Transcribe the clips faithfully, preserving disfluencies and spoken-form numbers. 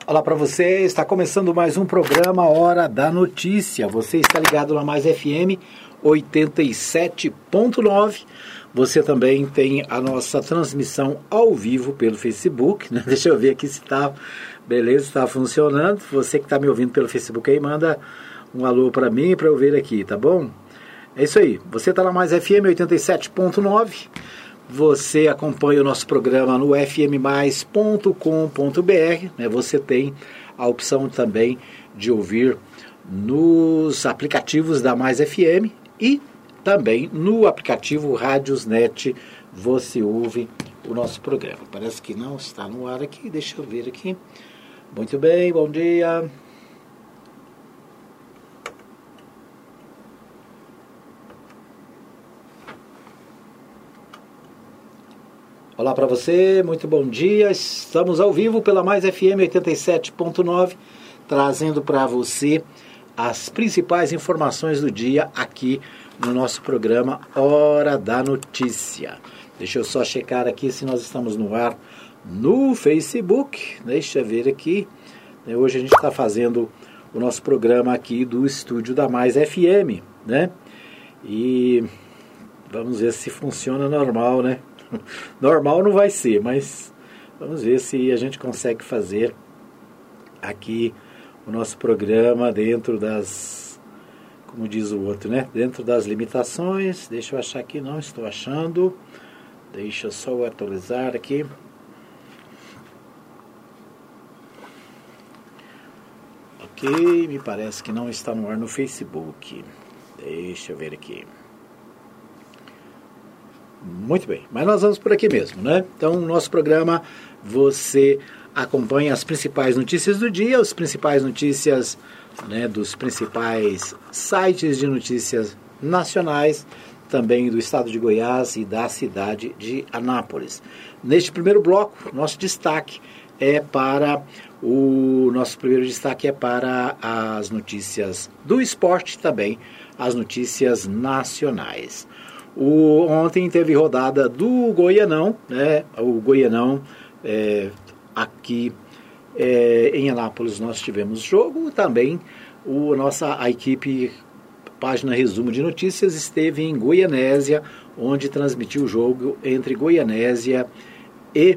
Olá para você, está começando mais um programa Hora da Notícia. Você está ligado na Mais F M oitenta e sete ponto nove. Você também tem a nossa transmissão ao vivo pelo Facebook, né? Deixa eu ver aqui se está, beleza, está funcionando. Você que está me ouvindo pelo Facebook aí, manda um alô para mim para eu ver aqui, tá bom? É isso aí, você está na Mais F M oitenta e sete ponto nove. Você acompanha o nosso programa no f m mais ponto com ponto b r, né? Você tem a opção também de ouvir nos aplicativos da Mais F M e também no aplicativo Rádiosnet você ouve o nosso programa. Parece que não está no ar aqui, deixa eu ver aqui. Muito bem, bom dia. Olá para você, muito bom dia. Estamos ao vivo pela Mais F M oitenta e sete ponto nove, trazendo para você as principais informações do dia aqui no nosso programa Hora da Notícia. Deixa eu só checar aqui se nós estamos no ar no Facebook. Deixa eu ver aqui. Hoje a gente está fazendo o nosso programa aqui do estúdio da Mais F M, né? E vamos ver se funciona normal, né? Normal não vai ser, mas vamos ver se a gente consegue fazer aqui o nosso programa dentro das, como diz o outro, né? Dentro das limitações. Deixa eu achar aqui, não estou achando. Deixa eu só atualizar aqui. Ok, me parece que não está no ar no Facebook. Deixa eu ver aqui. Muito bem, mas nós vamos por aqui mesmo, né? Então, no nosso programa, você acompanha as principais notícias do dia, as principais notícias, né, dos principais sites de notícias nacionais, também do estado de Goiás e da cidade de Anápolis. Neste primeiro bloco, nosso destaque é para o nosso primeiro destaque é para as notícias do esporte, também as notícias nacionais. O, ontem teve rodada do Goianão, né? O Goianão, é, aqui é, em Anápolis nós tivemos jogo, também o, nossa, a equipe Página Resumo de Notícias esteve em Goianésia, onde transmitiu o jogo entre Goianésia e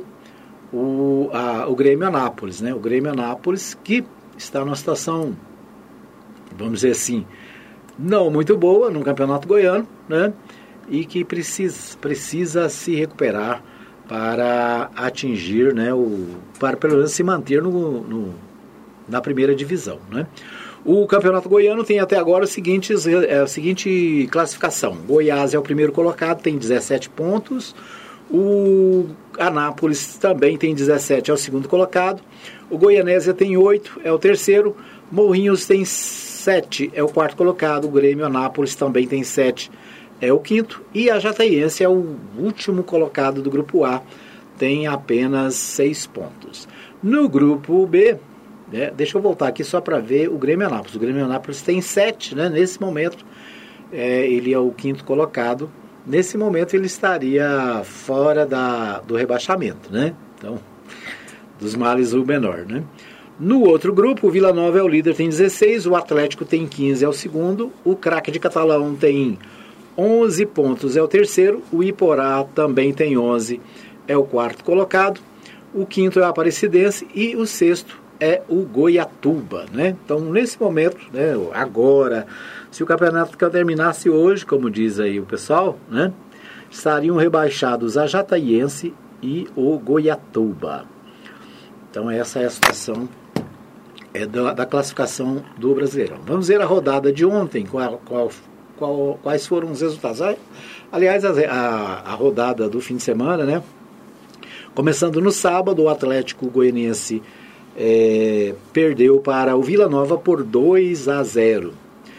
o, a, o Grêmio Anápolis, né? O Grêmio Anápolis que está numa situação, vamos dizer assim, não muito boa no Campeonato Goiano, né? E que precisa, precisa se recuperar para atingir, né, o, para pelo menos se manter no, no, na primeira divisão, né? O Campeonato Goiano tem até agora os seguintes, é, a seguinte classificação. Goiás é o primeiro colocado, tem dezessete pontos. O Anápolis também tem dezessete, é o segundo colocado. O Goianésia tem oito, é o terceiro. Morrinhos tem sete, é o quarto colocado. O Grêmio Anápolis também tem sete, é o quinto, e a Jataiense é o último colocado do grupo A, tem apenas seis pontos. No grupo B, né, deixa eu voltar aqui só para ver o Grêmio Anápolis. O Grêmio Anápolis tem sete, né, nesse momento, é, ele é o quinto colocado. Nesse momento ele estaria fora da, do rebaixamento, né? Então, dos males o menor, né? No outro grupo, o Vila Nova é o líder, tem dezesseis, o Atlético tem quinze, é o segundo, o Craque de Catalão tem onze pontos, é o terceiro. O Iporá também tem onze, é o quarto colocado. O quinto é o Aparecidense e o sexto é o Goiatuba, né? Então, nesse momento, né, agora, se o campeonato terminasse hoje, como diz aí o pessoal, né, estariam rebaixados a Jataiense e o Goiatuba. Então, essa é a situação é da, da classificação do Brasileirão. Vamos ver a rodada de ontem, qual, qual Qual, quais foram os resultados. Aliás, a, a, a rodada do fim de semana, né? Começando no sábado, o Atlético Goianiense é, perdeu para o Vila Nova por dois a zero.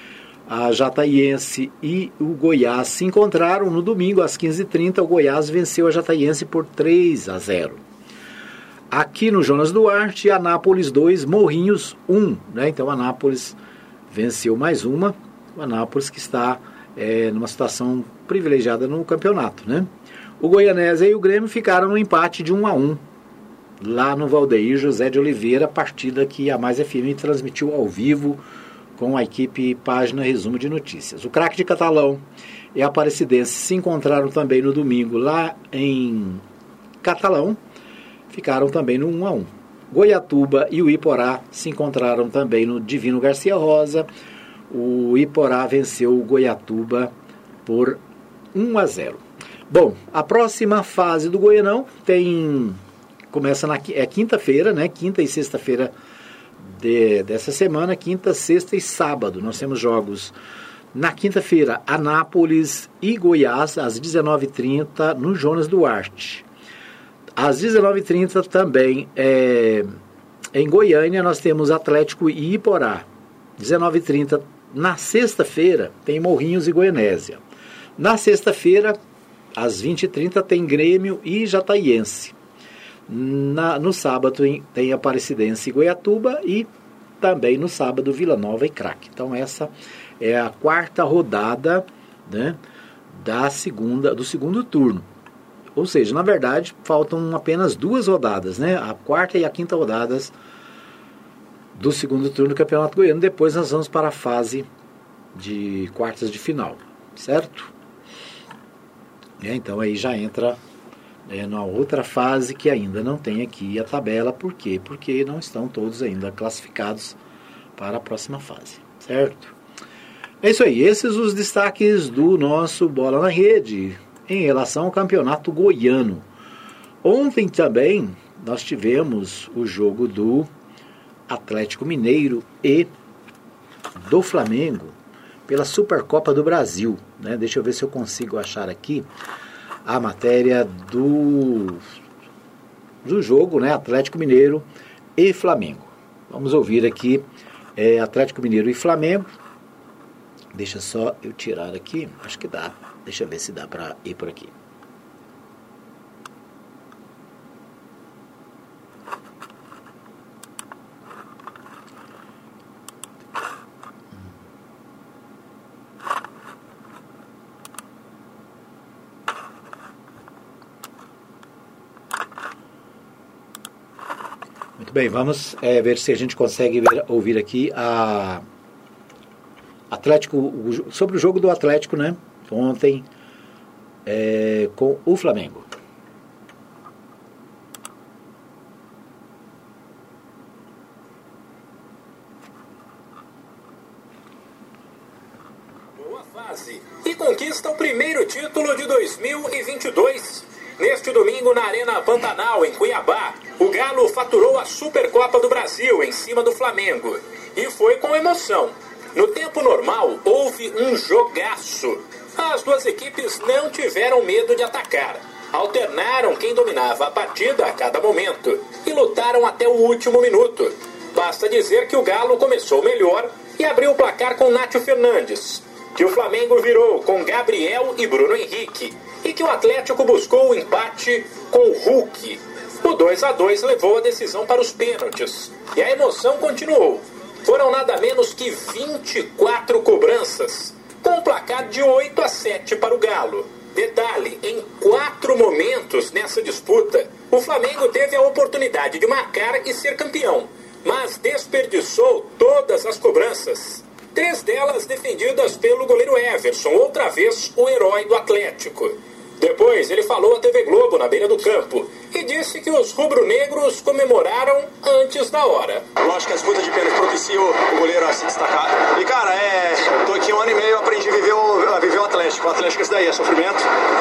A Jataiense e o Goiás se encontraram no domingo às quinze e trinta. O Goiás venceu a Jataiense por três a zero. Aqui no Jonas Duarte, Anápolis dois, Morrinhos um, né? Então, Anápolis venceu mais uma. O Anápolis que está é, numa situação privilegiada no campeonato, né? O Goianésia e o Grêmio ficaram no empate de um a um. lá no Valdeir José de Oliveira, partida que a Mais F M transmitiu ao vivo com a equipe Página Resumo de Notícias. O craque de Catalão e a Aparecidense se encontraram também no domingo lá em Catalão, ficaram também no um a um. Goiatuba e o Iporá se encontraram também no Divino Garcia Rosa. O Iporá venceu o Goiatuba por um a zero. Bom, a próxima fase do Goianão tem começa na é quinta-feira, né? Quinta e sexta-feira de, dessa semana, quinta, sexta e sábado. Nós temos jogos na quinta-feira, Anápolis e Goiás às dezenove e trinta no Jonas Duarte. Às dezenove e trinta também é, em Goiânia nós temos Atlético e Iporá. dezenove e trinta na sexta-feira tem Morrinhos e Goianésia. Na sexta-feira, às vinte e trinta, tem Grêmio e Jataiense. Na, no sábado tem Aparecidense e Goiatuba e também no sábado Vila Nova e Craque. Então essa é a quarta rodada, né, da segunda, do segundo turno. Ou seja, na verdade, faltam apenas duas rodadas, né? A quarta e a quinta rodadas do segundo turno do Campeonato Goiano. Depois nós vamos para a fase de quartas de final, certo? É, então aí já entra é, na outra fase que ainda não tem aqui a tabela. Por quê? Porque não estão todos ainda classificados para a próxima fase, certo? É isso aí, esses os destaques do nosso Bola na Rede em relação ao Campeonato Goiano. Ontem também nós tivemos o jogo do Atlético Mineiro e do Flamengo pela Supercopa do Brasil, né? Deixa eu ver se eu consigo achar aqui a matéria do, do jogo, né? Atlético Mineiro e Flamengo. Vamos ouvir aqui é, Atlético Mineiro e Flamengo. Deixa só eu tirar aqui, acho que dá. Deixa eu ver se dá para ir por aqui. Muito bem, vamos é, ver se a gente consegue ver, ouvir aqui a Atlético, o, sobre o jogo do Atlético, né? Ontem é, com o Flamengo. Boa fase e conquista o primeiro título de dois mil e vinte e dois. Neste domingo na Arena Pantanal, em Cuiabá, o Galo faturou a Supercopa do Brasil em cima do Flamengo. E foi com emoção. No tempo normal, houve um jogaço. As duas equipes não tiveram medo de atacar. Alternaram quem dominava a partida a cada momento e lutaram até o último minuto. Basta dizer que o Galo começou melhor e abriu o placar com Nátio Fernandes, que o Flamengo virou com Gabriel e Bruno Henrique e que o Atlético buscou o empate com o Hulk. O dois a dois levou a decisão para os pênaltis e a emoção continuou. Foram nada menos que vinte e quatro cobranças, com um placar de oito a sete para o Galo. Detalhe, em quatro momentos nessa disputa, o Flamengo teve a oportunidade de marcar e ser campeão, mas desperdiçou todas as cobranças. Três delas defendidas pelo goleiro Everson, outra vez o herói do Atlético. Depois ele falou à T V Globo na beira do campo e disse que os rubro-negros comemoraram antes da hora. Lógico que a disputa de pênalti propicia o goleiro a se destacar. E cara, é, tô aqui um ano e meio, aprendi a viver o, a viver o Atlético. O Atlético é isso daí, é sofrimento.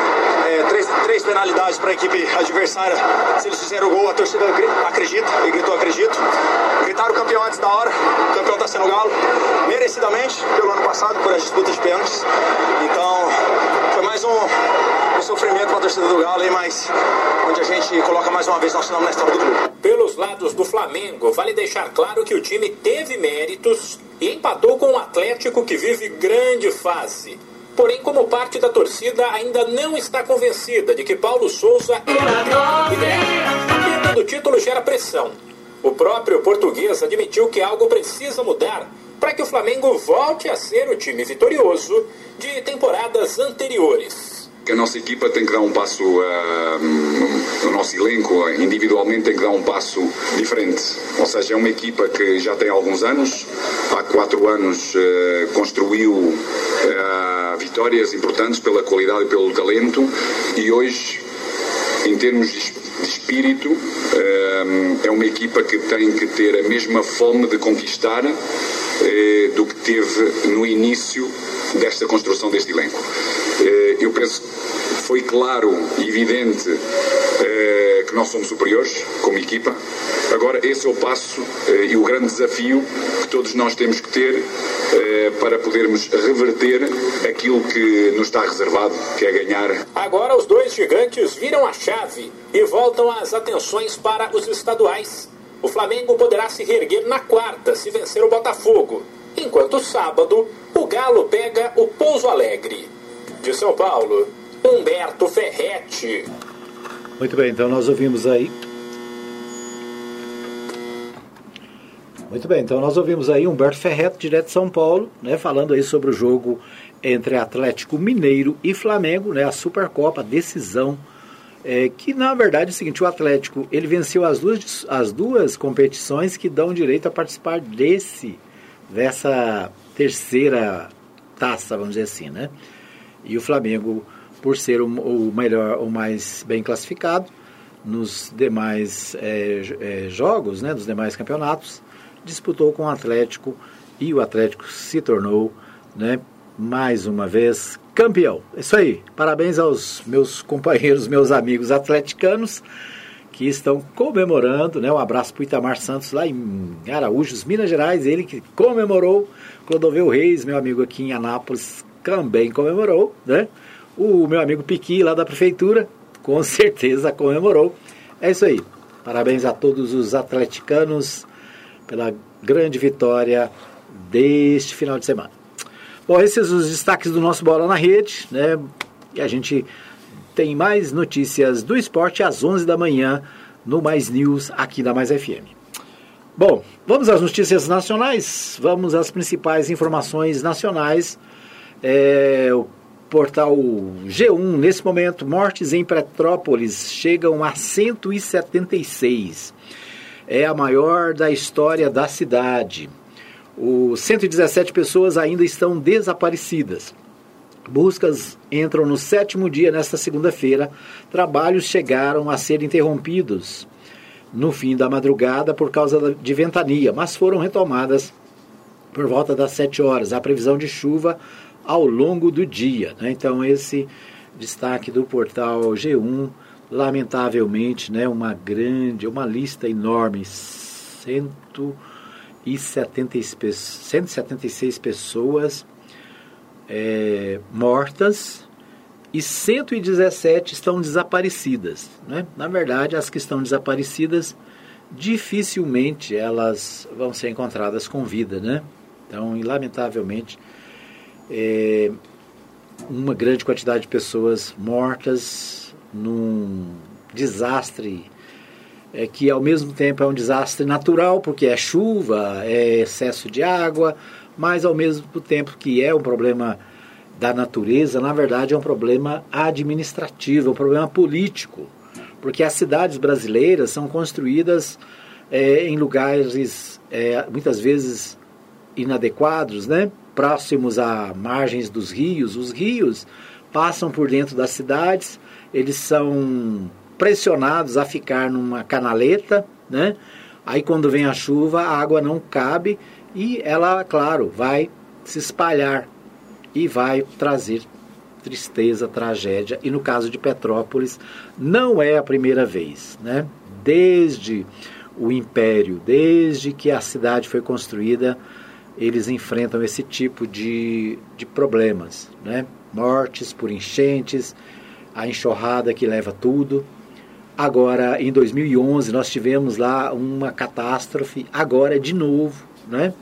É, três, três penalidades para a equipe adversária. Se eles fizeram o gol, a torcida acredita, e gritou acredito. Gritaram o campeão antes da hora, o campeão está sendo o Galo, merecidamente, pelo ano passado, por as disputas de pênaltis. Então, foi mais um, um sofrimento para a torcida do Galo, mas onde a gente coloca mais uma vez nosso nome na história do clube. Pelos lados do Flamengo, vale deixar claro que o time teve méritos e empatou com o Atlético, que vive grande fase. Porém, como parte da torcida ainda não está convencida de que Paulo Souza é o ideal. Perda do título gera pressão. O próprio português admitiu que algo precisa mudar para que o Flamengo volte a ser o time vitorioso de temporadas anteriores. que a nossa equipa tem que dar um passo, uh, o nosso elenco individualmente tem que dar um passo diferente. Ou seja, é uma equipa que já tem alguns anos, há quatro anos uh, construiu uh, vitórias importantes pela qualidade e pelo talento, e hoje, em termos de de espírito, é uma equipa que tem que ter a mesma fome de conquistar do que teve no início desta construção deste elenco. Eu penso que foi claro e evidente que nós somos superiores como equipa. Agora, esse é o passo e o grande desafio que todos nós temos que ter para podermos reverter aquilo que nos está reservado, que é ganhar. Agora os dois gigantes viram a chave e voltam as atenções para os estaduais. O Flamengo poderá se reerguer na quarta se vencer o Botafogo, enquanto sábado o Galo pega o Pouso Alegre. De São Paulo, Humberto Ferretti. Muito bem, então nós ouvimos aí Muito bem, então nós ouvimos aí Humberto Ferretti, direto de São Paulo, né, falando aí sobre o jogo entre Atlético Mineiro e Flamengo, né, a Supercopa, a decisão, é, que na verdade é o seguinte, o Atlético, ele venceu as duas, as duas competições que dão direito a participar desse, dessa terceira taça, vamos dizer assim, né, e o Flamengo, por ser o, o melhor, o mais bem classificado nos demais é, é, jogos, né, dos demais campeonatos, disputou com o Atlético e o Atlético se tornou, né, mais uma vez campeão. Isso aí, parabéns aos meus companheiros, meus amigos atleticanos que estão comemorando, né, um abraço para o Itamar Santos lá em Araújos, Minas Gerais, ele que comemorou, Clodoveu Reis, meu amigo aqui em Anápolis, também comemorou, né, o meu amigo Piqui lá da prefeitura, com certeza comemorou. É isso aí, parabéns a todos os atleticanos pela grande vitória deste final de semana. Bom, esses são os destaques do nosso Bola na Rede, né? E a gente tem mais notícias do esporte às onze da manhã no Mais News aqui da Mais F M. Bom, vamos às notícias nacionais, vamos às principais informações nacionais. É, o portal G um, nesse momento, mortes em Petrópolis chegam a cento e setenta e seis. É a maior da história da cidade. Os cento e dezessete pessoas ainda estão desaparecidas. Buscas entram no sétimo dia nesta segunda-feira. Trabalhos chegaram a ser interrompidos no fim da madrugada por causa de ventania, mas foram retomadas por volta das sete horas. A previsão de chuva ao longo do dia, né? Então esse destaque do portal G um, lamentavelmente, né, uma grande, uma lista enorme, cento e setenta e seis pessoas é, mortas e cento e dezessete estão desaparecidas, né? Na verdade, as que estão desaparecidas dificilmente elas vão ser encontradas com vida, né? Então, e, lamentavelmente, é, uma grande quantidade de pessoas mortas num desastre é, que ao mesmo tempo é um desastre natural, porque é chuva, é excesso de água, mas ao mesmo tempo que é um problema da natureza, na verdade é um problema administrativo, é um problema político, porque as cidades brasileiras são construídas é, em lugares é, muitas vezes inadequados, né? Próximos a margens dos rios. Os rios passam por dentro das cidades, eles são pressionados a ficar numa canaleta, né? Aí quando vem a chuva, a água não cabe e ela, claro, vai se espalhar e vai trazer tristeza, tragédia. E no caso de Petrópolis, não é a primeira vez, né? Desde o Império, desde que a cidade foi construída, eles enfrentam esse tipo de, de problemas, né? Mortes por enchentes, a enxurrada que leva tudo. Agora, em dois mil e onze, nós tivemos lá uma catástrofe, agora de novo, né?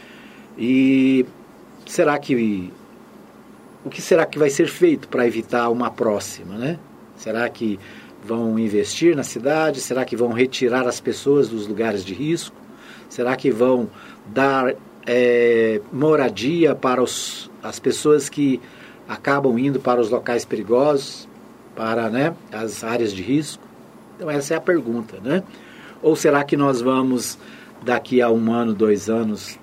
E será que... o que será que vai ser feito para evitar uma próxima, né? Será que vão investir na cidade? Será que vão retirar as pessoas dos lugares de risco? Será que vão dar é, moradia para os, as pessoas que acabam indo para os locais perigosos, para, né, as áreas de risco? Então essa é a pergunta, né? Ou será que nós vamos, daqui a um ano, dois anos,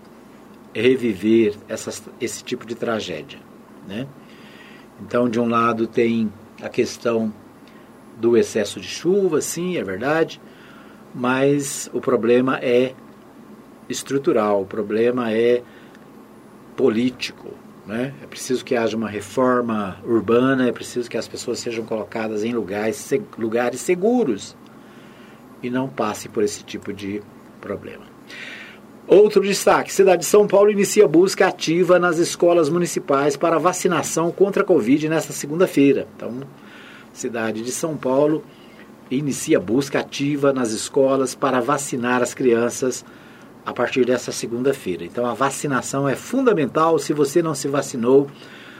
reviver essas, esse tipo de tragédia, né? Então, de um lado tem a questão do excesso de chuva, sim, é verdade, mas o problema é estrutural, o problema é político, né? É preciso que haja uma reforma urbana, é preciso que as pessoas sejam colocadas em lugares, lugares seguros e não passem por esse tipo de problema. Outro destaque, cidade de São Paulo inicia busca ativa nas escolas municipais para vacinação contra a Covid nesta segunda-feira. Então, cidade de São Paulo inicia busca ativa nas escolas para vacinar as crianças a partir dessa segunda-feira. Então, a vacinação é fundamental. Se você não se vacinou,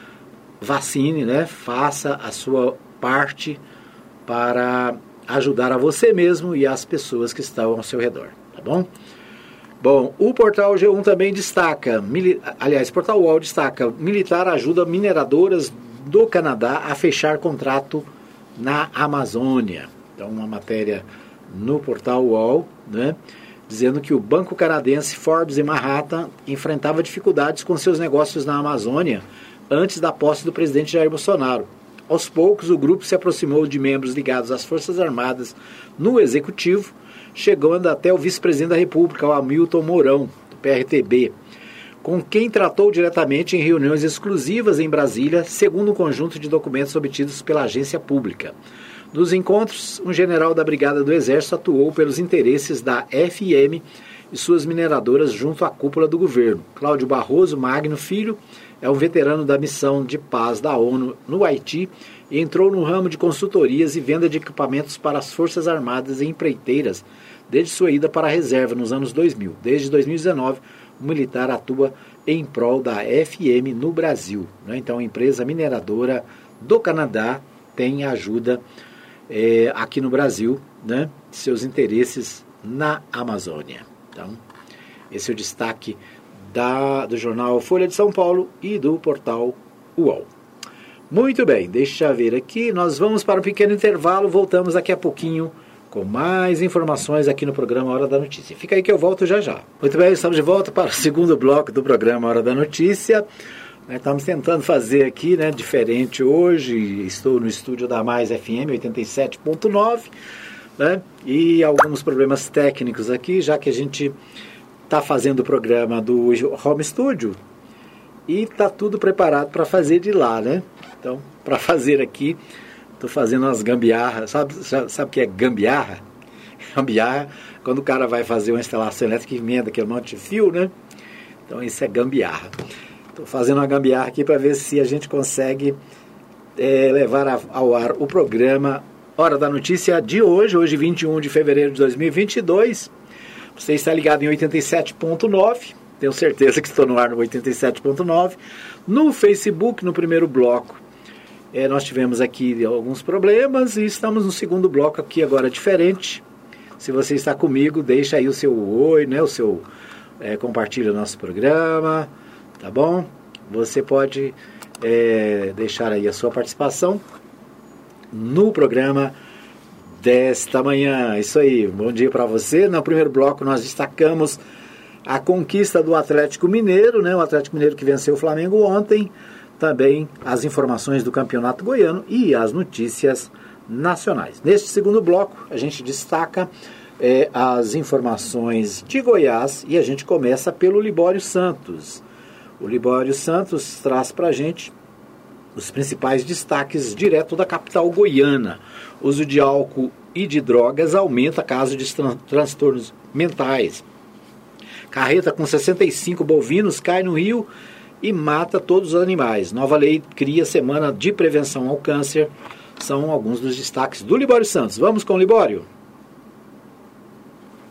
vacine, né? Faça a sua parte para ajudar a você mesmo e as pessoas que estão ao seu redor, tá bom? Bom, o Portal G um também destaca, mili, aliás, Portal U O L destaca, militar ajuda mineradoras do Canadá a fechar contrato na Amazônia. Então, uma matéria no Portal U O L, né, dizendo que o banco canadense Forbes e Manhattan enfrentava dificuldades com seus negócios na Amazônia antes da posse do presidente Jair Bolsonaro. Aos poucos, o grupo se aproximou de membros ligados às Forças Armadas no Executivo, chegando até o vice-presidente da República, o Hamilton Mourão, do P R T B, com quem tratou diretamente em reuniões exclusivas em Brasília, segundo um conjunto de documentos obtidos pela agência pública. Nos encontros, um general da Brigada do Exército atuou pelos interesses da F I M e suas mineradoras junto à cúpula do governo. Cláudio Barroso Magno Filho é um veterano da missão de paz da ONU no Haiti e entrou no ramo de consultorias e venda de equipamentos para as Forças Armadas e empreiteiras desde sua ida para a reserva nos anos dois mil. Desde dois mil e dezenove, o militar atua em prol da F I M no Brasil, né? Então, a empresa mineradora do Canadá tem ajuda é, aqui no Brasil, né? Seus interesses na Amazônia. Então, esse é o destaque da, do jornal Folha de São Paulo e do portal U O L. Muito bem, deixa eu ver aqui, nós vamos para um pequeno intervalo, voltamos daqui a pouquinho com mais informações aqui no programa Hora da Notícia. Fica aí que eu volto já já. Muito bem, estamos de volta para o segundo bloco do programa Hora da Notícia. Estamos tentando fazer aqui, né, diferente hoje, estou no estúdio da Mais F M oitenta e sete ponto nove, né, e alguns problemas técnicos aqui, já que a gente está fazendo o programa do Home Studio e está tudo preparado para fazer de lá, né? Então, para fazer aqui, estou fazendo umas gambiarras. Sabe, sabe o que é gambiarra? Gambiarra, quando o cara vai fazer uma instalação elétrica e emenda aquele monte de fio, né? Então, isso é gambiarra. Estou fazendo uma gambiarra aqui para ver se a gente consegue é, levar a, ao ar o programa Hora da Notícia de hoje, hoje vinte e um de fevereiro de dois mil e vinte e dois. Você está ligado em oitenta e sete ponto nove, tenho certeza que estou no ar no oitenta e sete ponto nove. No Facebook, no primeiro bloco, É, nós tivemos aqui alguns problemas e estamos no segundo bloco aqui agora diferente. Se você está comigo, deixa aí o seu oi, né, o seu é, compartilha o nosso programa, tá bom? Você pode é, deixar aí a sua participação no programa desta manhã. Isso aí, bom dia para você. No primeiro bloco nós destacamos a conquista do Atlético Mineiro, né, o Atlético Mineiro que venceu o Flamengo ontem. Também as informações do Campeonato Goiano e as notícias nacionais. Neste segundo bloco, a gente destaca é, as informações de Goiás e a gente começa pelo Libório Santos. O Libório Santos traz para a gente os principais destaques direto da capital goiana. O uso de álcool e de drogas aumenta caso de tran- transtornos mentais. Carreta com sessenta e cinco bovinos cai no rio e mata todos os animais. Nova lei cria semana de prevenção ao câncer. São alguns dos destaques do Libório Santos. Vamos com o Libório. O uso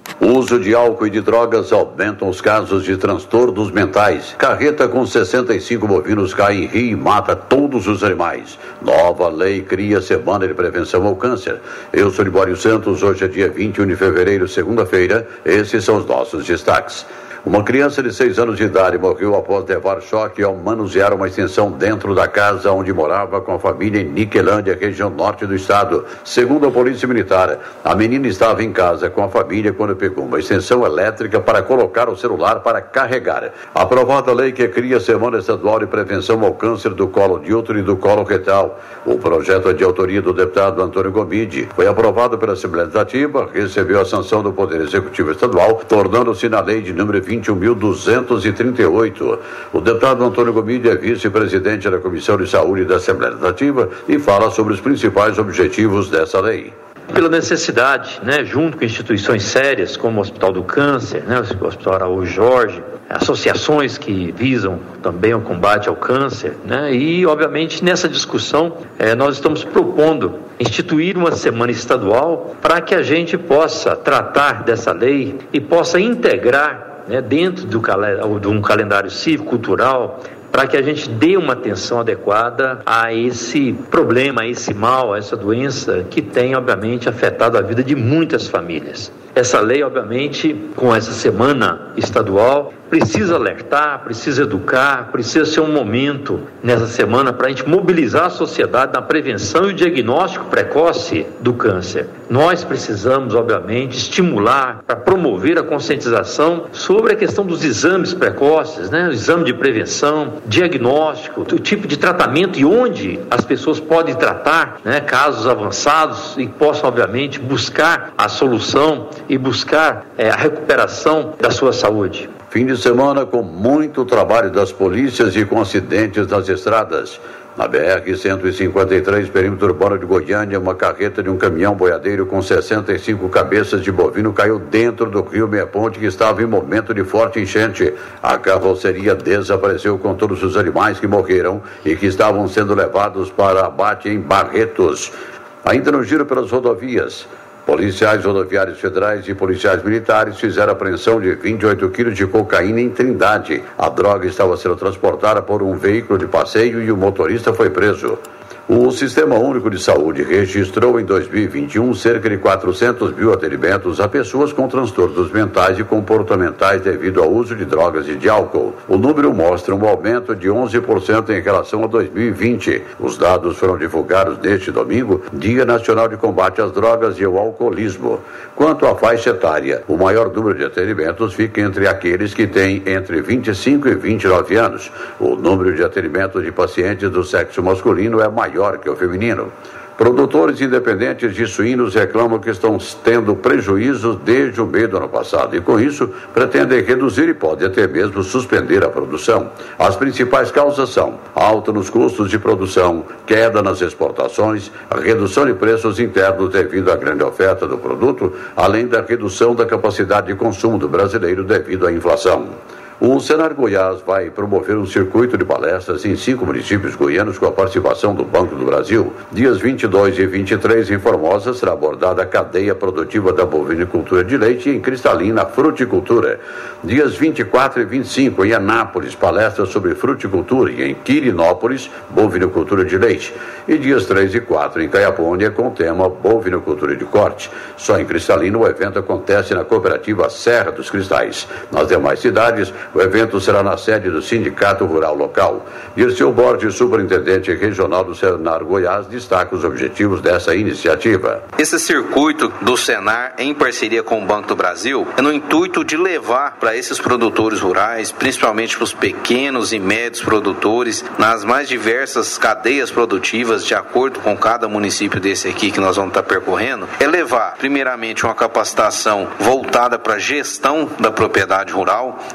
uso de álcool e de drogas aumentam os casos de transtornos mentais. Carreta com sessenta e cinco bovinos cai em rio e mata todos os animais. Nova lei cria Semana de Prevenção ao Câncer. Eu sou Libório Santos, hoje é dia vinte e um de fevereiro, segunda-feira. Esses são os nossos destaques. Uma criança de seis anos de idade morreu após levar choque ao manusear uma extensão dentro da casa onde morava com a família em Niquelândia, região norte do estado. Segundo a Polícia Militar, a menina estava em casa com a família quando pegou uma extensão elétrica para colocar o celular para carregar. Aprovada a lei que cria a Semana Estadual de Prevenção ao Câncer do colo de útero e do colo retal. O projeto é de autoria do deputado Antônio Gomide. Foi aprovado pela Assembleia Legislativa, recebeu a sanção do Poder Executivo Estadual, tornando-se na lei de número vinte e um mil duzentos e trinta e oito. O deputado Antônio Gomide é vice-presidente da Comissão de Saúde da Assembleia Legislativa e fala sobre os principais objetivos dessa lei. Pela necessidade, né, junto com instituições sérias como o Hospital do Câncer, né, o Hospital Araújo Jorge, associações que visam também o combate ao câncer, né, e obviamente nessa discussão eh, nós estamos propondo instituir uma semana estadual para que a gente possa tratar dessa lei e possa integrar, né, dentro do cal- de um calendário cívico-cultural, para que a gente dê uma atenção adequada a esse problema, a esse mal, a essa doença que tem, obviamente, afetado a vida de muitas famílias. Essa lei, obviamente, com essa semana estadual, precisa alertar, precisa educar, precisa ser um momento nessa semana para a gente mobilizar a sociedade na prevenção e o diagnóstico precoce do câncer. Nós precisamos, obviamente, estimular para promover a conscientização sobre a questão dos exames precoces, né? O exame de prevenção, diagnóstico, o tipo de tratamento e onde as pessoas podem tratar, né, casos avançados e possam, obviamente, buscar a solução e buscar é, a recuperação da sua saúde. Fim de semana com muito trabalho das polícias e com acidentes nas estradas. Na B R cento e cinquenta e três, perímetro urbano de Goiânia, uma carreta de um caminhão boiadeiro com sessenta e cinco cabeças de bovino caiu dentro do rio Meia Ponte, que estava em momento de forte enchente. A carroceria desapareceu com todos os animais que morreram e que estavam sendo levados para abate em Barretos. Ainda no giro pelas rodovias, policiais rodoviários federais e policiais militares fizeram apreensão de vinte e oito quilos de cocaína em Trindade. A droga estava sendo transportada por um veículo de passeio e o motorista foi preso. O Sistema Único de Saúde registrou em dois mil e vinte e um cerca de quatrocentos mil atendimentos a pessoas com transtornos mentais e comportamentais devido ao uso de drogas e de álcool. O número mostra um aumento de onze por cento em relação a dois mil e vinte. Os dados foram divulgados neste domingo, Dia Nacional de Combate às Drogas e ao Alcoolismo. Quanto à faixa etária, o maior número de atendimentos fica entre aqueles que têm entre vinte e cinco e vinte e nove anos. O número de atendimentos de pacientes do sexo masculino é maior que o feminino. Produtores independentes de suínos reclamam que estão tendo prejuízos desde o meio do ano passado e, com isso, pretendem reduzir e podem até mesmo suspender a produção. As principais causas são alta nos custos de produção, queda nas exportações, a redução de preços internos devido à grande oferta do produto, além da redução da capacidade de consumo do brasileiro devido à inflação. O Senar Goiás vai promover um circuito de palestras em cinco municípios goianos com a participação do Banco do Brasil. Dias vinte e dois e vinte e três, em Formosa, será abordada a cadeia produtiva da bovinicultura de leite e em Cristalina, a fruticultura. Dias vinte e quatro e vinte e cinco, em Anápolis, palestras sobre fruticultura e em Quirinópolis, bovinicultura de leite. E dias três e quatro, em Caiapônia, com o tema bovinicultura de corte. Só em Cristalina, o evento acontece na cooperativa Serra dos Cristais. Nas demais cidades, o evento será na sede do Sindicato Rural Local. Dirceu Borges, superintendente regional do Senar Goiás, destaca os objetivos dessa iniciativa. Esse circuito do Senar, em parceria com o Banco do Brasil, é no intuito de levar para esses produtores rurais, principalmente para os pequenos e médios produtores, nas mais diversas cadeias produtivas, de acordo com cada município desse aqui que nós vamos estar percorrendo, é levar, primeiramente, uma capacitação voltada para a gestão da propriedade rural, né, os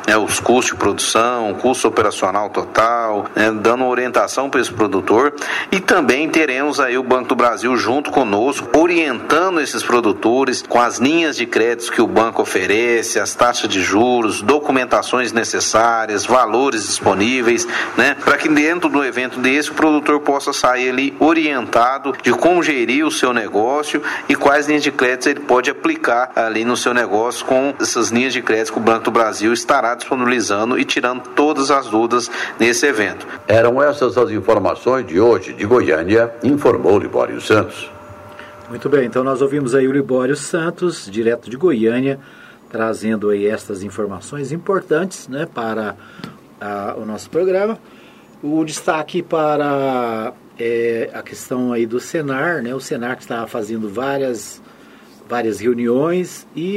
custos de produção, custo operacional total, né, dando orientação para esse produtor, e também teremos aí o Banco do Brasil junto conosco, orientando esses produtores com as linhas de créditos que o banco oferece, as taxas de juros, documentações necessárias, valores disponíveis, né, para que dentro do evento desse o produtor possa sair ali orientado de como gerir o seu negócio e quais linhas de crédito ele pode aplicar ali no seu negócio com essas linhas de crédito que o Banco do Brasil estará disponibilizando e tirando todas as dúvidas nesse evento. Eram essas as informações de hoje de Goiânia, informou Libório Santos. Muito bem, então nós ouvimos aí o Libório Santos, direto de Goiânia, trazendo aí estas informações importantes, né, para a, o nosso programa. O destaque para é, a questão aí do Senar, né, o Senar que está fazendo várias, várias reuniões e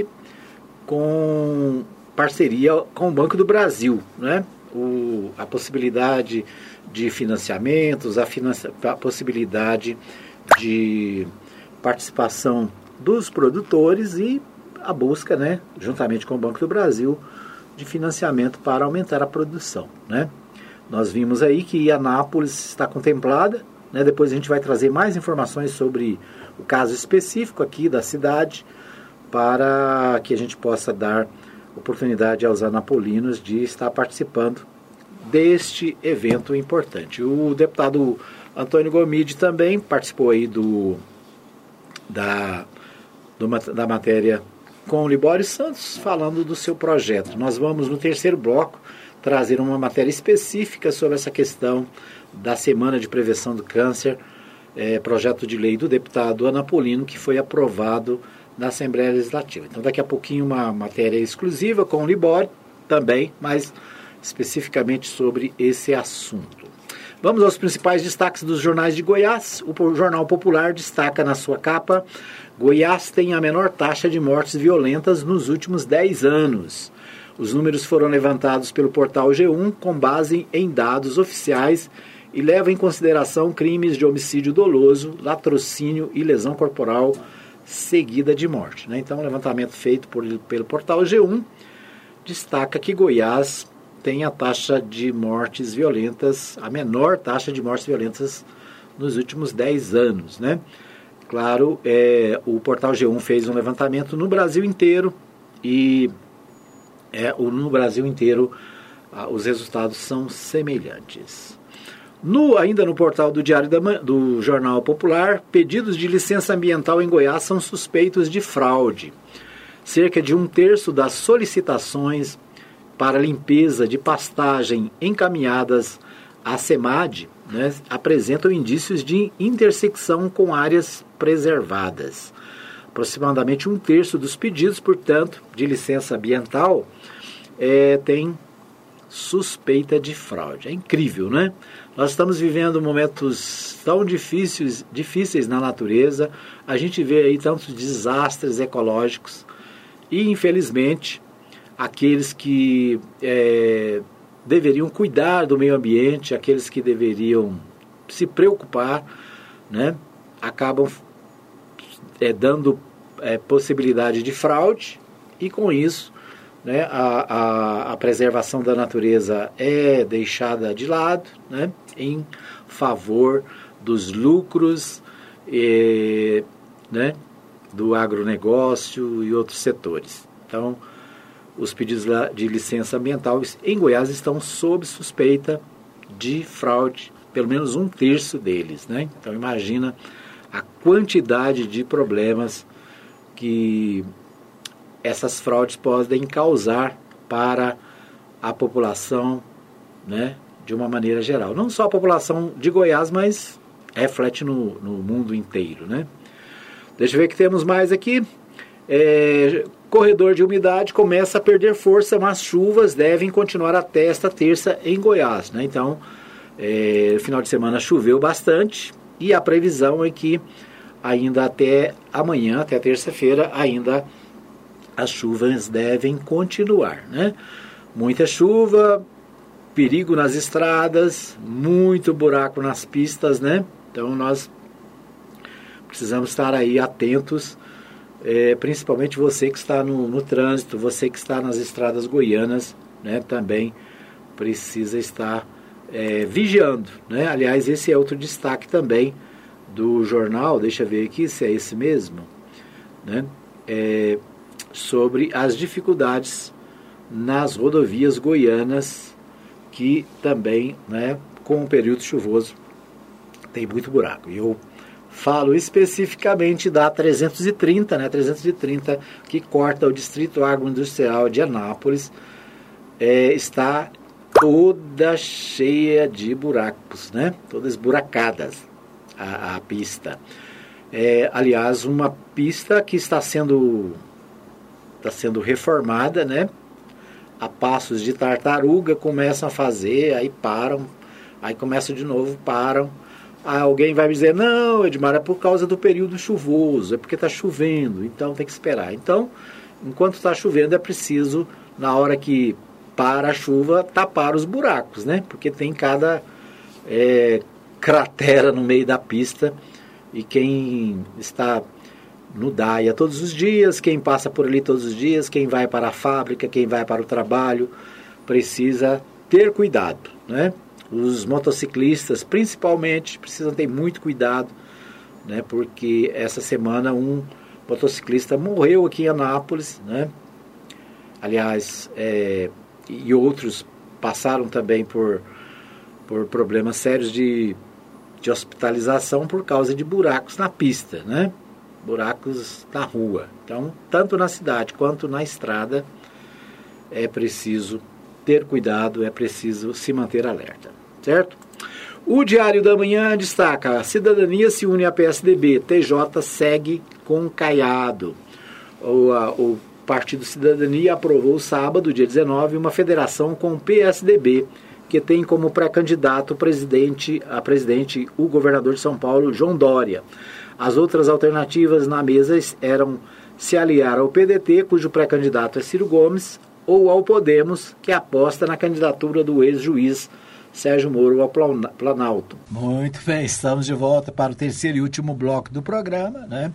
com parceria com o Banco do Brasil, né, o, a possibilidade de financiamentos, a, financi- a possibilidade de participação dos produtores e a busca, né, juntamente com o Banco do Brasil, de financiamento para aumentar a produção, né? Nós vimos aí que Anápolis está contemplada, né? Depois a gente vai trazer mais informações sobre o caso específico aqui da cidade, para que a gente possa dar oportunidade aos anapolinos de estar participando deste evento importante. O deputado Antônio Gomide também participou aí do, da, do, da matéria com o Libório Santos, falando do seu projeto. Nós vamos, no terceiro bloco, trazer uma matéria específica sobre essa questão da Semana de Prevenção do Câncer, é, projeto de lei do deputado Anapolino, que foi aprovado na Assembleia Legislativa. Então, daqui a pouquinho, uma matéria exclusiva com o Libório também, mas especificamente sobre esse assunto. Vamos aos principais destaques dos jornais de Goiás. O Jornal Popular destaca na sua capa: Goiás tem a menor taxa de mortes violentas nos últimos dez anos. Os números foram levantados pelo portal G um com base em dados oficiais e levam em consideração crimes de homicídio doloso, latrocínio e lesão corporal seguida de morte, né? Então, um levantamento feito por, pelo portal G um destaca que Goiás tem a taxa de mortes violentas, a menor taxa de mortes violentas nos últimos dez anos, né? Claro, é, o portal G um fez um levantamento no Brasil inteiro e é, no Brasil inteiro ah, os resultados são semelhantes. No, ainda no portal do Diário da, do Jornal Popular, pedidos de licença ambiental em Goiás são suspeitos de fraude. Cerca de um terço das solicitações para limpeza de pastagem encaminhadas à SEMAD, né, apresentam indícios de intersecção com áreas preservadas. Aproximadamente um terço dos pedidos, portanto, de licença ambiental é, tem suspeita de fraude. É incrível, né? Nós estamos vivendo momentos tão difíceis, difíceis na natureza, a gente vê aí tantos desastres ecológicos e, infelizmente, aqueles que é, deveriam cuidar do meio ambiente, aqueles que deveriam se preocupar, né, acabam é, dando é, possibilidade de fraude e, com isso, né, a, a, a preservação da natureza é deixada de lado, né, em favor dos lucros e, né, do agronegócio e outros setores. Então, os pedidos de licença ambiental em Goiás estão sob suspeita de fraude, pelo menos um terço deles, né? Então imagina a quantidade de problemas que essas fraudes podem causar para a população, né, de uma maneira geral. Não só a população de Goiás, mas reflete no, no mundo inteiro, né? Deixa eu ver o que temos mais aqui. É, corredor de umidade começa a perder força, mas chuvas devem continuar até esta terça em Goiás, né? Então, é, no final de semana choveu bastante e a previsão é que ainda até amanhã, até terça-feira, ainda as chuvas devem continuar, né? Muita chuva, perigo nas estradas, muito buraco nas pistas, né? Então nós precisamos estar aí atentos, é, principalmente você que está no, no trânsito, você que está nas estradas goianas, né, também precisa estar é, vigiando, né? Aliás, esse é outro destaque também do jornal, deixa eu ver aqui se é esse mesmo, né? É, sobre as dificuldades nas rodovias goianas, que também, né, com o período chuvoso tem muito buraco. E eu falo especificamente da trezentos e trinta, né, trezentos e trinta, que corta o Distrito Agroindustrial de Anápolis, é, está toda cheia de buracos, né, todas esburacadas a, a pista. É, aliás, uma pista que está sendo, está sendo reformada, né, a passos de tartaruga, começam a fazer, aí param, aí começam de novo, param. Aí alguém vai me dizer, não, Edmar, é por causa do período chuvoso, é porque está chovendo, então tem que esperar. Então, enquanto está chovendo, é preciso, na hora que para a chuva, tapar os buracos, né? Porque tem cada é, cratera no meio da pista, e quem está no DAIA todos os dias, quem passa por ali todos os dias, quem vai para a fábrica, quem vai para o trabalho, precisa ter cuidado, né? Os motociclistas, principalmente, precisam ter muito cuidado, né? Porque essa semana um motociclista morreu aqui em Anápolis, né? Aliás, é, e outros passaram também por, por problemas sérios de, de hospitalização por causa de buracos na pista, né? Buracos na rua. Então, tanto na cidade quanto na estrada, é preciso ter cuidado, é preciso se manter alerta, certo? O Diário da Manhã destaca: a cidadania se une à P S D B, T J segue com Caiado. O, a, o Partido Cidadania aprovou sábado, dia dezenove, uma federação com o P S D B, que tem como pré-candidato presidente, a presidente o governador de São Paulo, João Dória. As outras alternativas na mesa eram se aliar ao P D T, cujo pré-candidato é Ciro Gomes, ou ao Podemos, que aposta na candidatura do ex-juiz Sérgio Moro ao Planalto. Muito bem, estamos de volta para o terceiro e último bloco do programa, né?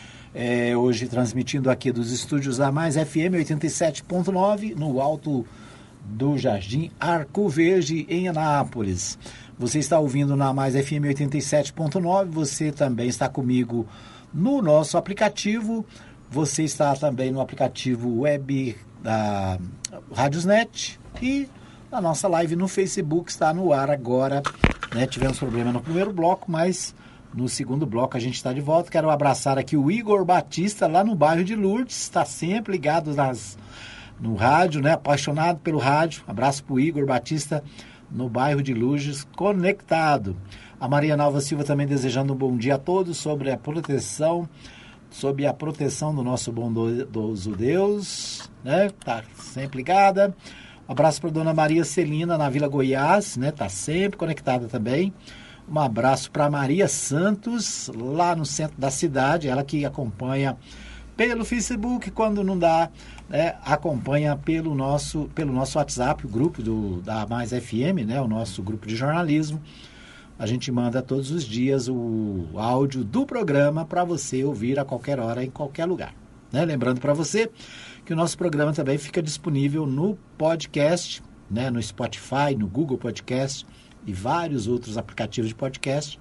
É, hoje transmitindo aqui dos estúdios da Mais F M oitenta e sete ponto nove, no alto do Jardim Arco Verde, em Anápolis. Você está ouvindo na Mais F M oitenta e sete ponto nove, você também está comigo no nosso aplicativo, você está também no aplicativo web da Radiosnet e a nossa live no Facebook está no ar agora, né? Tivemos problema no primeiro bloco, mas no segundo bloco a gente está de volta. Quero abraçar aqui o Igor Batista, lá no bairro de Lourdes, está sempre ligado nas, no rádio, né? Apaixonado pelo rádio. Abraço para o Igor Batista, no bairro de Lourdes, conectado. A Maria Nalva Silva também desejando um bom dia a todos, sobre a proteção, sob a proteção do nosso bondoso Deus, né? Tá sempre ligada. Um abraço para a dona Maria Celina, na Vila Goiás, né? Tá sempre conectada também. Um abraço para Maria Santos, lá no centro da cidade, ela que acompanha pelo Facebook, quando não dá, né, acompanha pelo nosso, pelo nosso WhatsApp, o grupo do, da Mais F M, né, o nosso grupo de jornalismo. A gente manda todos os dias o áudio do programa para você ouvir a qualquer hora, em qualquer lugar, né? Lembrando para você que o nosso programa também fica disponível no podcast, né, no Spotify, no Google Podcast e vários outros aplicativos de podcast.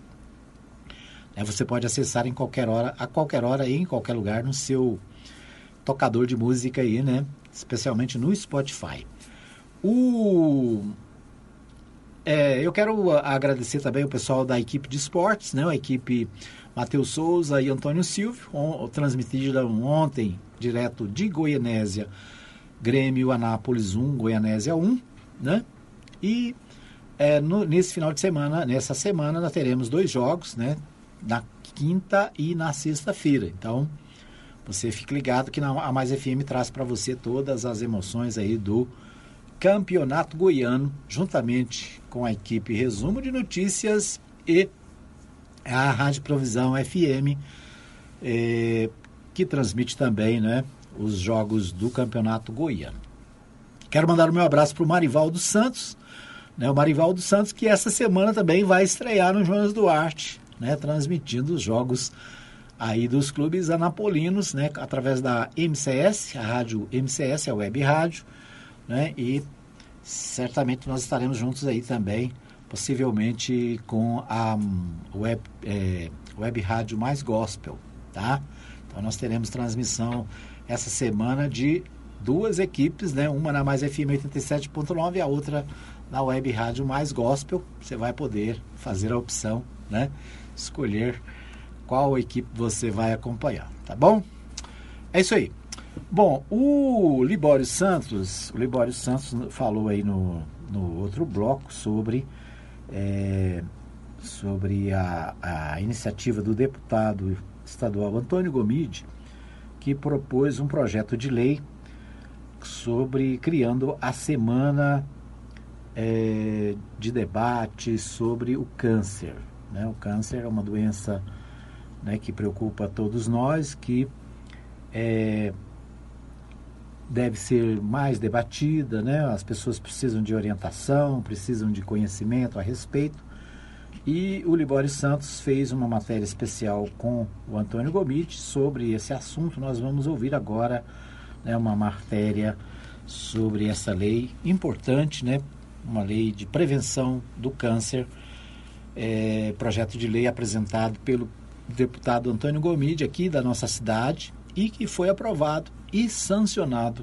É, você pode acessar em qualquer hora, a qualquer hora e em qualquer lugar no seu tocador de música aí, né? Especialmente no Spotify. O, é, eu quero agradecer também o pessoal da equipe de esportes, né? A equipe Matheus Souza e Antônio Silvio, on, transmitida ontem, direto de Goianésia, Grêmio Anápolis um, Goianésia um, né? E é, no, nesse final de semana, nessa semana, nós teremos dois jogos, né? Na quinta e na sexta-feira. Então, você fique ligado que na, a Mais F M traz para você todas as emoções aí do Campeonato Goiano, juntamente com a equipe Resumo de Notícias e a Rádio Provisão F M, é, que transmite também, né, os jogos do Campeonato Goiano. Quero mandar o meu abraço para o Marivaldo Santos, né, o Marivaldo Santos, que essa semana também vai estrear no Jonas Duarte, né, transmitindo os jogos aí dos clubes anapolinos, né, através da M C S, a rádio M C S, a web rádio, né, e certamente nós estaremos juntos aí também, possivelmente com a web, é, web rádio Mais Gospel, tá? Então nós teremos transmissão essa semana de duas equipes, né? Uma na Mais F M oitenta e sete ponto nove e a outra na web rádio Mais Gospel. Você vai poder fazer a opção, né? Escolher qual equipe você vai acompanhar, tá bom? É isso aí. Bom, o Libório Santos, o Libório Santos falou aí no, no outro bloco sobre, é, sobre a, a iniciativa do deputado estadual Antônio Gomide, que propôs um projeto de lei sobre criando a semana é, de debate sobre o câncer, né? O câncer é uma doença, né, que preocupa a todos nós, que é, deve ser mais debatida, né? As pessoas precisam de orientação, precisam de conhecimento a respeito. E o Libório Santos fez uma matéria especial com o Antônio Gomide sobre esse assunto. Nós vamos ouvir agora, né, uma matéria sobre essa lei importante, né? Uma lei de prevenção do câncer, é, projeto de lei apresentado pelo deputado Antônio Gomide aqui da nossa cidade e que foi aprovado e sancionado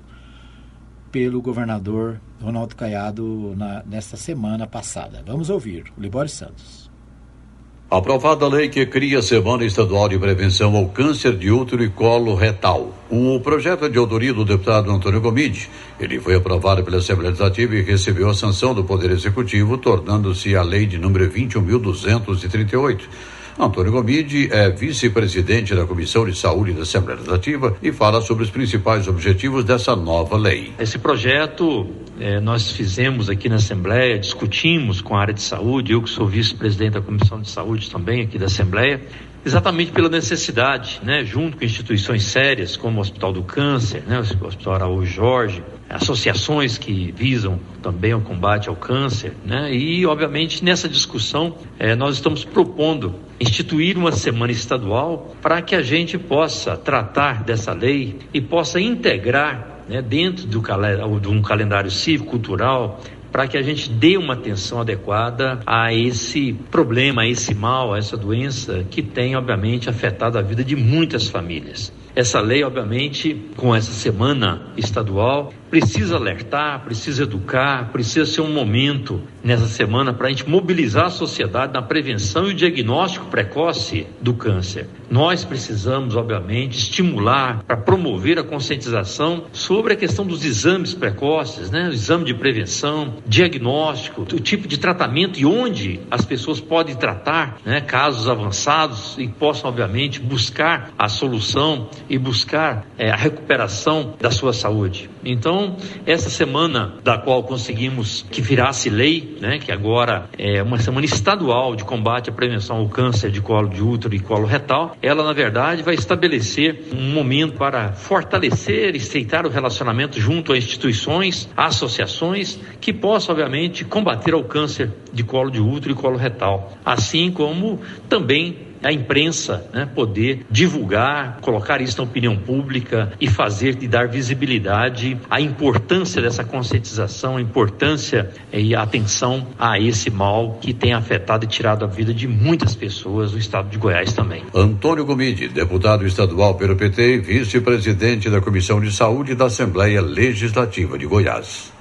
pelo governador Ronaldo Caiado na, nesta semana passada. Vamos ouvir o Libório Santos. Aprovada a lei que cria a Semana Estadual de Prevenção ao Câncer de Útero e Colo Retal. O projeto é de autoria do deputado Antônio Gomide. Ele foi aprovado pela Assembleia Legislativa e recebeu a sanção do Poder Executivo, tornando-se a lei de número vinte e um mil duzentos e trinta e oito. Antônio Gomide é vice-presidente da Comissão de Saúde da Assembleia Legislativa e fala sobre os principais objetivos dessa nova lei. Esse projeto eh, nós fizemos aqui na Assembleia, discutimos com a área de saúde, eu que sou vice-presidente da Comissão de Saúde também aqui da Assembleia, exatamente pela necessidade, né, junto com instituições sérias como o Hospital do Câncer, né, o Hospital Araújo Jorge, associações que visam também o combate ao câncer, né, e obviamente nessa discussão eh, nós estamos propondo instituir uma semana estadual para que a gente possa tratar dessa lei e possa integrar, né, dentro do cal- de um calendário cívico-cultural, para que a gente dê uma atenção adequada a esse problema, a esse mal, a essa doença que tem, obviamente, afetado a vida de muitas famílias. Essa lei, obviamente, com essa semana estadual, precisa alertar, precisa educar, precisa ser um momento nessa semana para a gente mobilizar a sociedade na prevenção e o diagnóstico precoce do câncer. Nós precisamos, obviamente, estimular para promover a conscientização sobre a questão dos exames precoces, né? O exame de prevenção, diagnóstico, o tipo de tratamento e onde as pessoas podem tratar, né, casos avançados e possam, obviamente, buscar a solução e buscar é, a recuperação da sua saúde. Então, essa semana da qual conseguimos que virasse lei, né, que agora é uma semana estadual de combate à prevenção ao câncer de colo de útero e colo retal, ela, na verdade, vai estabelecer um momento para fortalecer e estreitar o relacionamento junto a instituições, associações, que possam, obviamente, combater o câncer de colo de útero e colo retal, assim como também a imprensa, né, poder divulgar, colocar isso na opinião pública e fazer e dar visibilidade à importância dessa conscientização, a importância e a atenção a esse mal que tem afetado e tirado a vida de muitas pessoas no estado de Goiás também. Antônio Gomide, deputado estadual pelo P T e vice-presidente da Comissão de Saúde da Assembleia Legislativa de Goiás.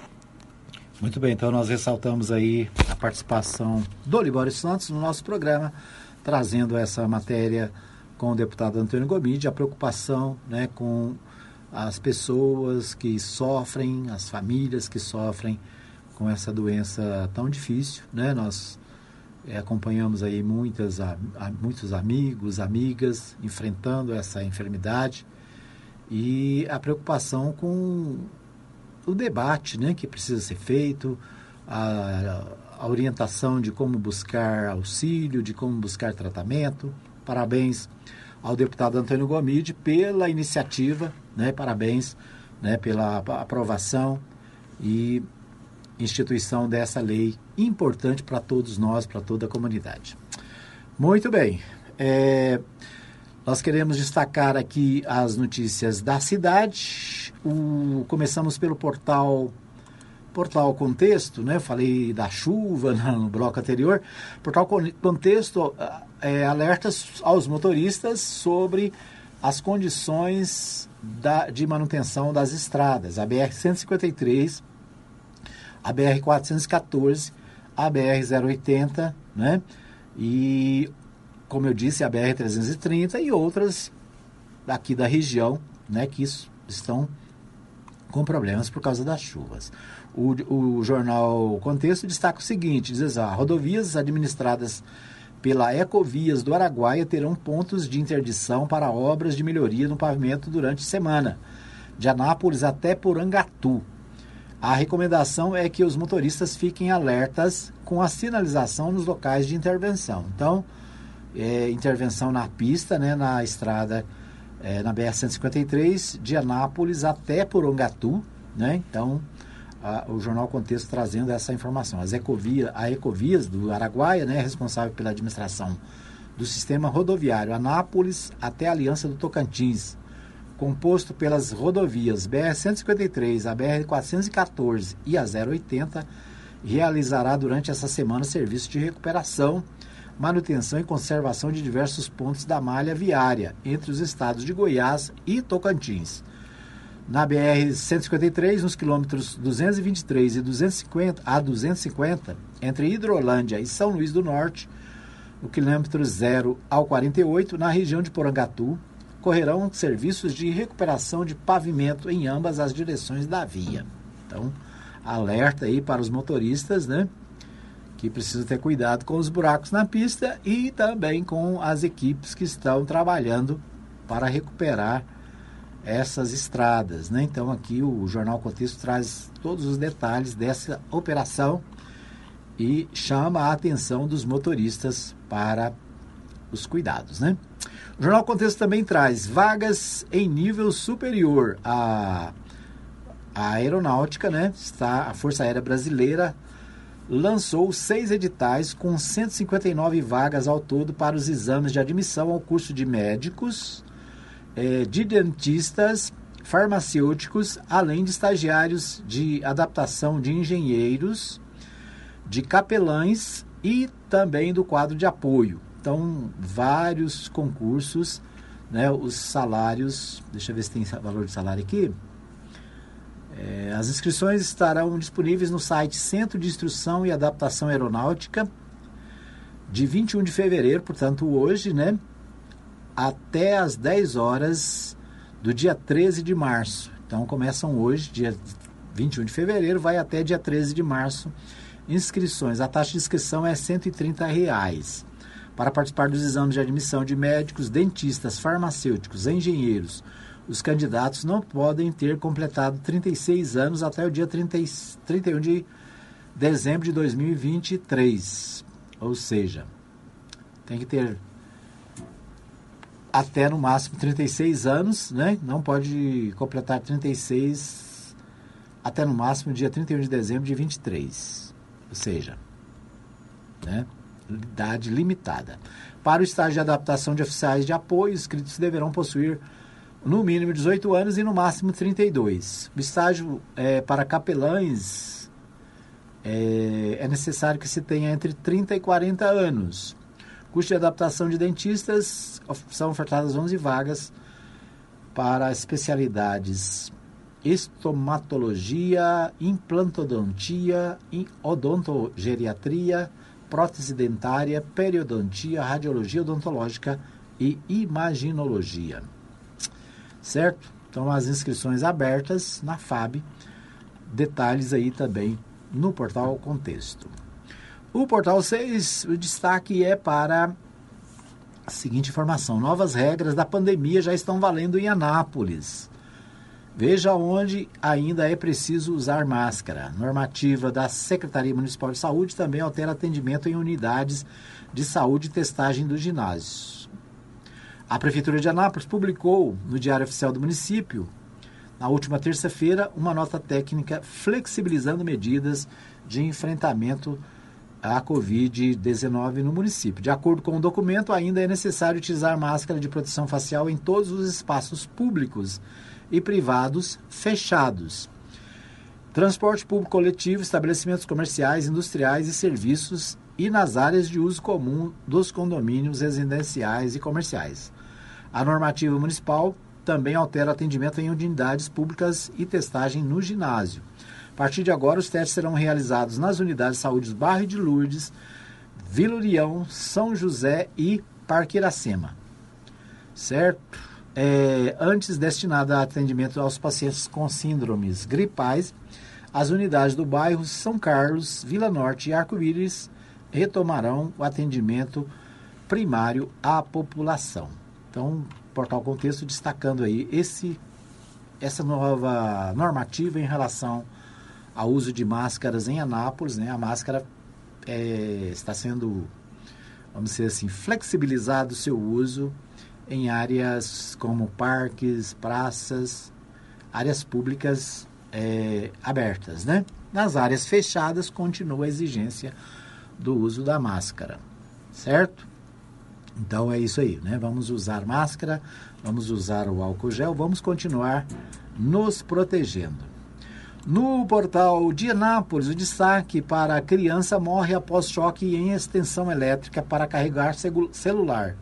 Muito bem, então nós ressaltamos aí a participação do Libório Santos no nosso programa, trazendo essa matéria com o deputado Antônio Gomide, a preocupação, né, com as pessoas que sofrem, as famílias que sofrem com essa doença tão difícil, né? Nós é, acompanhamos aí muitas, a, a, muitos amigos, amigas enfrentando essa enfermidade e a preocupação com o debate, né, que precisa ser feito, a, a orientação de como buscar auxílio, de como buscar tratamento. Parabéns ao deputado Antônio Gomide pela iniciativa, né? Parabéns, né, pela aprovação e instituição dessa lei importante para todos nós, para toda a comunidade. Muito bem, é, nós queremos destacar aqui as notícias da cidade. O, começamos pelo portal Portal Contexto, né, falei da chuva no bloco anterior, Portal Contexto é, alerta aos motoristas sobre as condições da, de manutenção das estradas, a B R cento e cinquenta e três, a B R quatrocentos e quatorze, a B R zero oitenta, né, e, como eu disse, a B R trezentos e trinta e outras aqui da região, né, que estão com problemas por causa das chuvas. O, o jornal Contexto destaca o seguinte, diz assim, rodovias administradas pela Ecovias do Araguaia terão pontos de interdição para obras de melhoria no pavimento durante a semana, de Anápolis até Porangatu. A recomendação é que os motoristas fiquem alertas com a sinalização nos locais de intervenção. Então, é, intervenção na pista, né, na estrada, é, na B R cento e cinquenta e três, de Anápolis até Porangatu, né, então... A, o Jornal Contexto trazendo essa informação. As Ecovia, a Ecovias do Araguaia, né, é responsável pela administração do sistema rodoviário Anápolis até a Aliança do Tocantins, composto pelas rodovias B R cento e cinquenta e três, a B R quatrocentos e quatorze e a zero oitenta, realizará durante essa semana serviço de recuperação, manutenção e conservação de diversos pontos da malha viária entre os estados de Goiás e Tocantins. Na B R cento e cinquenta e três, nos quilômetros duzentos e vinte e três e duzentos e cinquenta a duzentos e cinquenta, entre Hidrolândia e São Luís do Norte, no quilômetro zero ao quarenta e oito, na região de Porangatu, correrão serviços de recuperação de pavimento em ambas as direções da via. Então, alerta aí para os motoristas, né, que precisam ter cuidado com os buracos na pista e também com as equipes que estão trabalhando para recuperar essas estradas, né? Então aqui o Jornal Contexto traz todos os detalhes dessa operação e chama a atenção dos motoristas para os cuidados, né? O Jornal Contexto também traz vagas em nível superior. A, a aeronáutica, né? Está, a Força Aérea Brasileira lançou seis editais com cento e cinquenta e nove vagas ao todo para os exames de admissão ao curso de médicos, de dentistas, farmacêuticos, além de estagiários de adaptação de engenheiros, de capelães e também do quadro de apoio. Então, vários concursos, né, os salários, deixa eu ver se tem valor de salário aqui. É, as inscrições estarão disponíveis no site Centro de Instrução e Adaptação Aeronáutica, de vinte e um de fevereiro, portanto hoje, né, até às dez horas do dia treze de março. Então começam hoje, dia vinte e um de fevereiro, vai até dia treze de março. Inscrições. A taxa de inscrição é cento e trinta reais. Para participar dos exames de admissão de médicos, dentistas, farmacêuticos, engenheiros, os candidatos não podem ter completado trinta e seis anos até o dia trinta e um de dezembro de dois mil e vinte e três. Ou seja, tem que ter até no máximo trinta e seis anos, né? Não pode completar trinta e seis até no máximo dia trinta e um de dezembro de vinte e três. Ou seja, né? Idade limitada. Para o estágio de adaptação de oficiais de apoio, inscritos deverão possuir no mínimo dezoito anos e no máximo trinta e dois. O estágio é, para capelães é, é necessário que se tenha entre trinta e quarenta anos. Custo de adaptação de dentistas, são ofertadas onze vagas para especialidades estomatologia, implantodontia, odontogeriatria, prótese dentária, periodontia, radiologia odontológica e imaginologia. Certo? Então, as inscrições abertas na F A B. Detalhes aí também no Portal Contexto. O Portal seis, o destaque é para a seguinte informação. Novas regras da pandemia já estão valendo em Anápolis. Veja onde ainda é preciso usar máscara. Normativa da Secretaria Municipal de Saúde também altera atendimento em unidades de saúde e testagem dos ginásios. A Prefeitura de Anápolis publicou no Diário Oficial do Município, na última terça-feira, uma nota técnica flexibilizando medidas de enfrentamento à covid dezenove no município. De acordo com o documento, ainda é necessário utilizar máscara de proteção facial em todos os espaços públicos e privados fechados. transporte público coletivo, estabelecimentos comerciais, industriais e serviços e nas áreas de uso comum dos condomínios residenciais e comerciais. A normativa municipal também altera atendimento em unidades públicas e testagem no ginásio. A partir de agora, os testes serão realizados nas unidades de saúde do bairro de Lourdes, Vila União, São José e Parque Iracema. Certo? É, antes destinada a atendimento aos pacientes com síndromes gripais, as unidades do bairro São Carlos, Vila Norte e Arco-Íris retomarão o atendimento primário à população. Então, Portal Contexto destacando aí esse, essa nova normativa em relação ao uso de máscaras em Anápolis, né? A máscara é, está sendo, vamos dizer assim, flexibilizado o seu uso em áreas como parques, praças, áreas públicas é, abertas, né? Nas áreas fechadas continua a exigência do uso da máscara, certo? Então é isso aí, né? Vamos usar máscara, vamos usar o álcool gel, vamos continuar nos protegendo. No portal de Anápolis, o destaque para a criança morre após choque em extensão elétrica para carregar celular.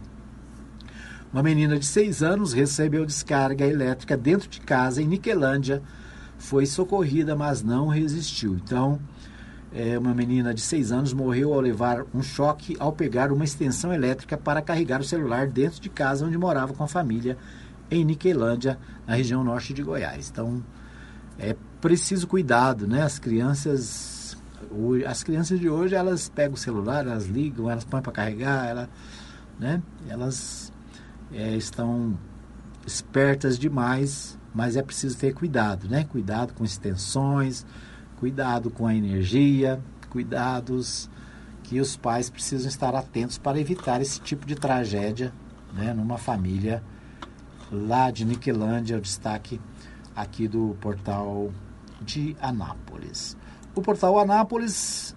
Uma menina de seis anos recebeu descarga elétrica dentro de casa em Niquelândia, foi socorrida, mas não resistiu. Então, é, uma menina de seis anos morreu ao levar um choque ao pegar uma extensão elétrica para carregar o celular dentro de casa onde morava com a família em Niquelândia, na região norte de Goiás. Então, é preciso cuidado, né? As crianças, as crianças de hoje, elas pegam o celular, elas ligam, elas põem para carregar, ela, né? Elas é, estão espertas demais, mas é preciso ter cuidado, né? Cuidado com extensões, cuidado com a energia, cuidados que os pais precisam estar atentos para evitar esse tipo de tragédia, né? Numa família lá de Niquelândia, o destaque aqui do portal de Anápolis. O portal Anápolis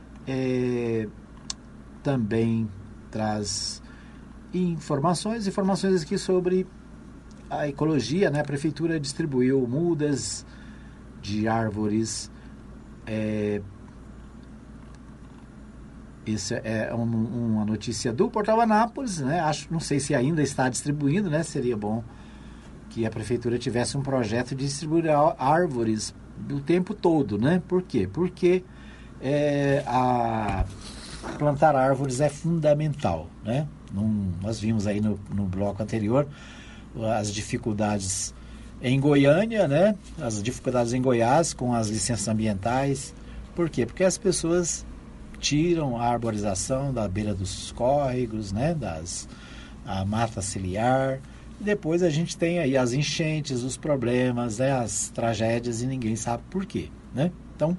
é, também traz informações, informações aqui sobre a ecologia, né? A prefeitura distribuiu mudas de árvores. É, isso é um, uma notícia do portal Anápolis, né? Acho, não sei se ainda está distribuindo, né? Seria bom que a prefeitura tivesse um projeto de distribuir árvores o tempo todo, né? Por quê? Porque é, a, plantar árvores é fundamental, né? Num, nós vimos aí no, no bloco anterior as dificuldades em Goiânia, né? As dificuldades em Goiás com as licenças ambientais. Por quê? Porque as pessoas tiram a arborização da beira dos córregos, né? Das, a mata ciliar. Depois a gente tem aí as enchentes, os problemas, né, as tragédias e ninguém sabe por quê, né? Então,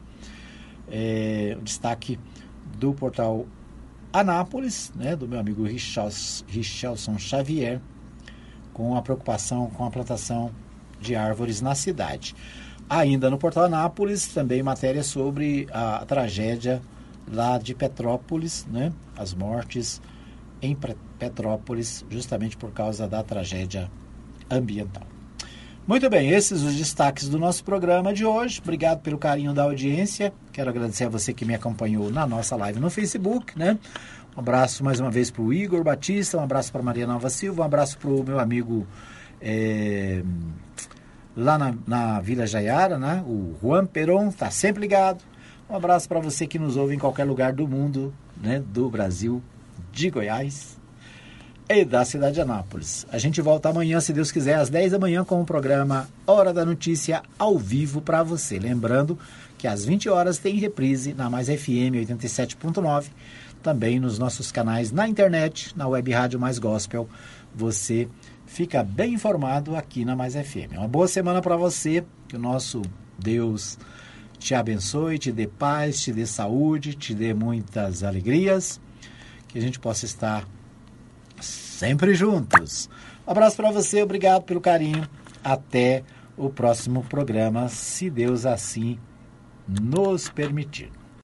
é, o destaque do portal Anápolis, né, do meu amigo Richelson Xavier, com a preocupação com a plantação de árvores na cidade. Ainda no portal Anápolis, também matéria sobre a tragédia lá de Petrópolis, né, as mortes em Petrópolis, justamente por causa da tragédia ambiental. Muito bem, esses os destaques do nosso programa de hoje. Obrigado pelo carinho da audiência. Quero agradecer a você que me acompanhou na nossa live no Facebook, né? Um abraço mais uma vez para o Igor Batista, um abraço para Maria Nova Silva, um abraço para o meu amigo é, lá na, na Vila Jaiara, né? O Juan Peron, está sempre ligado. Um abraço para você que nos ouve em qualquer lugar do mundo, né? Do Brasil, de Goiás e da cidade de Anápolis. A gente volta amanhã, se Deus quiser, às dez da manhã com o programa Hora da Notícia ao vivo para você. Lembrando que às vinte horas tem reprise na Mais F M oitenta e sete ponto nove, também nos nossos canais na internet, na Web Rádio Mais Gospel. Você fica bem informado aqui na Mais F M. Uma boa semana para você, que o nosso Deus te abençoe, te dê paz, te dê saúde, te dê muitas alegrias, que a gente possa estar sempre juntos. Um abraço para você, obrigado pelo carinho. Até o próximo programa, se Deus assim nos permitir.